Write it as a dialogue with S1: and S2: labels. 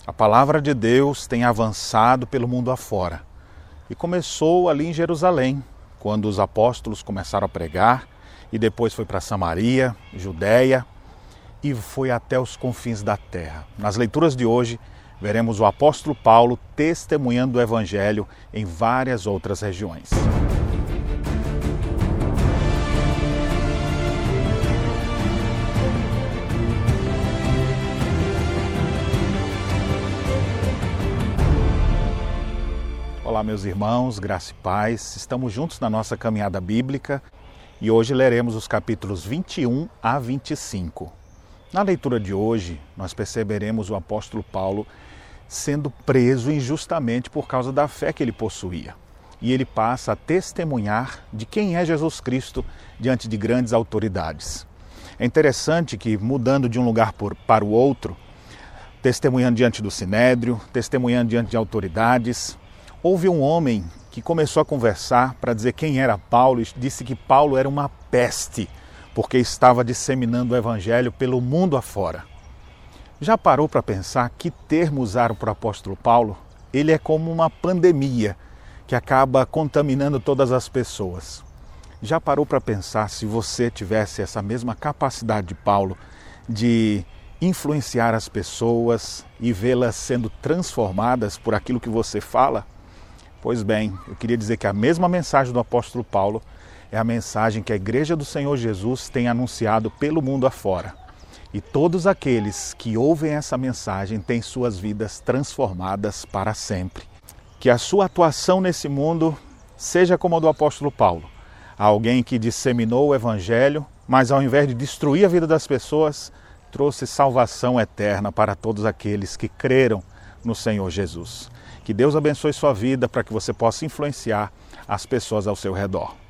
S1: A palavra de Deus tem avançado pelo mundo afora e começou ali em Jerusalém, quando os apóstolos começaram a pregar e depois foi para Samaria, Judéia e foi até os confins da terra. Nas leituras de hoje, veremos o apóstolo Paulo testemunhando o evangelho em várias outras regiões. Olá, meus irmãos, graça e paz. Estamos juntos na nossa caminhada bíblica e hoje leremos os capítulos 21 a 25. Na leitura de hoje, nós perceberemos o apóstolo Paulo sendo preso injustamente por causa da fé que ele possuía. E ele passa a testemunhar de quem é Jesus Cristo diante de grandes autoridades. É interessante que, mudando de um lugar para o outro, testemunhando diante do Sinédrio, testemunhando diante de autoridades, houve um homem que começou a conversar para dizer quem era Paulo e disse que Paulo era uma peste, porque estava disseminando o evangelho pelo mundo afora. Já parou para pensar que termo usaram para o apóstolo Paulo? Ele é como uma pandemia que acaba contaminando todas as pessoas. Já parou para pensar se você tivesse essa mesma capacidade de Paulo de influenciar as pessoas e vê-las sendo transformadas por aquilo que você fala? Pois bem, eu queria dizer que a mesma mensagem do apóstolo Paulo é a mensagem que a Igreja do Senhor Jesus tem anunciado pelo mundo afora. E todos aqueles que ouvem essa mensagem têm suas vidas transformadas para sempre. Que a sua atuação nesse mundo seja como a do apóstolo Paulo. Alguém que disseminou o Evangelho, mas ao invés de destruir a vida das pessoas, trouxe salvação eterna para todos aqueles que creram no Senhor Jesus. Que Deus abençoe sua vida para que você possa influenciar as pessoas ao seu redor.